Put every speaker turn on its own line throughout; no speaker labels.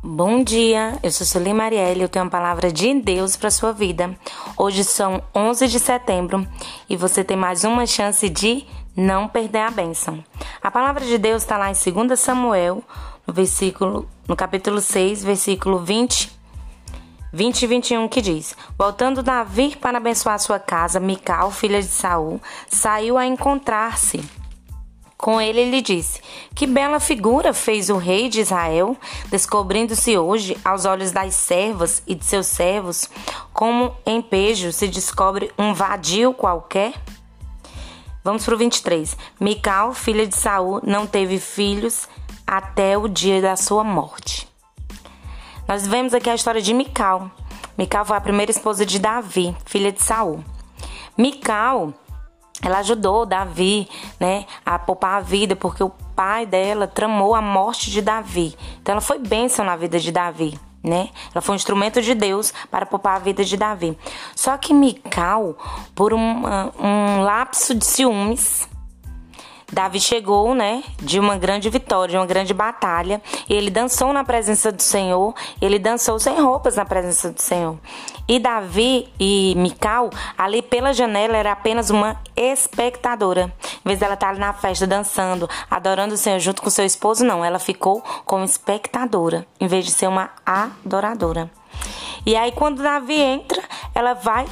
Bom dia, eu sou Sueli Marielle, eu tenho uma palavra de Deus para sua vida. Hoje são 11 de setembro e você tem mais uma chance de não perder a bênção. A palavra de Deus está lá em 2 Samuel, no capítulo 6, versículo 20 e 21, que diz: Voltando Davi para abençoar sua casa, Mical, filha de Saul, saiu a encontrar-se com ele e lhe disse: Que bela figura fez o rei de Israel, descobrindo-se hoje aos olhos das servas e de seus servos, como em pejo se descobre um vadio qualquer. Vamos para o 23. Mical, filha de Saul, não teve filhos até o dia da sua morte. Nós vemos aqui a história de Mical. Mical foi a primeira esposa de Davi, filha de Saul. Mical, ela ajudou Davi, a poupar a vida, porque o pai dela tramou a morte de Davi. Então ela foi bênção na vida de Davi, Ela foi um instrumento de Deus para poupar a vida de Davi. Só que Mical, por um lapso de ciúmes, Davi chegou, de uma grande vitória, de uma grande batalha. E ele dançou na presença do Senhor. Ele dançou sem roupas na presença do Senhor. E Davi e Mical, ali pela janela, era apenas uma espectadora. Em vez dela estar ali na festa, dançando, adorando o Senhor junto com seu esposo, não. Ela ficou como espectadora, em vez de ser uma adoradora. E aí, quando Davi entra, ela vai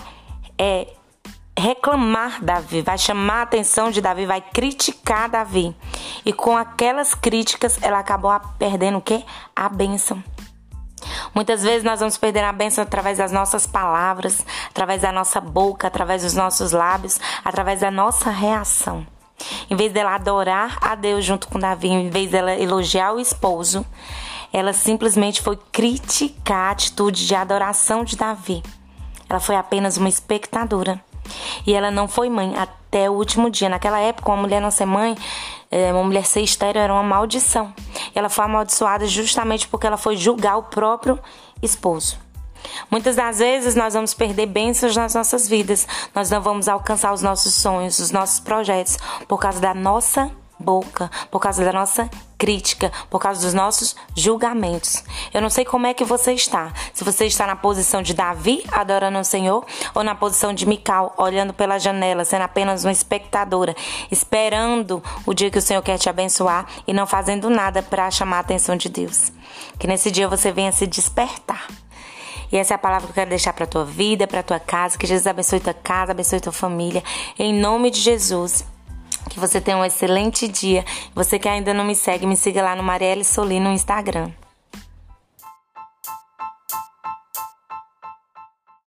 reclamar Davi, vai chamar a atenção de Davi, vai criticar Davi. E com aquelas críticas, ela acabou perdendo o quê? A bênção. Muitas vezes nós vamos perder a bênção através das nossas palavras, através da nossa boca, através dos nossos lábios, através da nossa reação. Em vez dela adorar a Deus junto com Davi, em vez dela elogiar o esposo, ela simplesmente foi criticar a atitude de adoração de Davi. Ela foi apenas uma espectadora. E ela não foi mãe até o último dia. Naquela época, uma mulher não ser mãe, uma mulher ser estéril, era uma maldição. Ela foi amaldiçoada justamente porque ela foi julgar o próprio esposo. Muitas das vezes nós vamos perder bênçãos nas nossas vidas. Nós não vamos alcançar os nossos sonhos, os nossos projetos, por causa da nossa boca, por causa da nossa crítica, por causa dos nossos julgamentos. Eu não sei como é que você está. Se você está na posição de Davi, adorando o Senhor, ou na posição de Mical, olhando pela janela, sendo apenas uma espectadora, esperando o dia que o Senhor quer te abençoar e não fazendo nada para chamar a atenção de Deus. Que nesse dia você venha se despertar. E essa é a palavra que eu quero deixar para a tua vida, para a tua casa. Que Jesus abençoe tua casa, abençoe tua família. Em nome de Jesus. Que você tenha um excelente dia. Você que ainda não me segue, me siga lá no Marielle Soli no Instagram.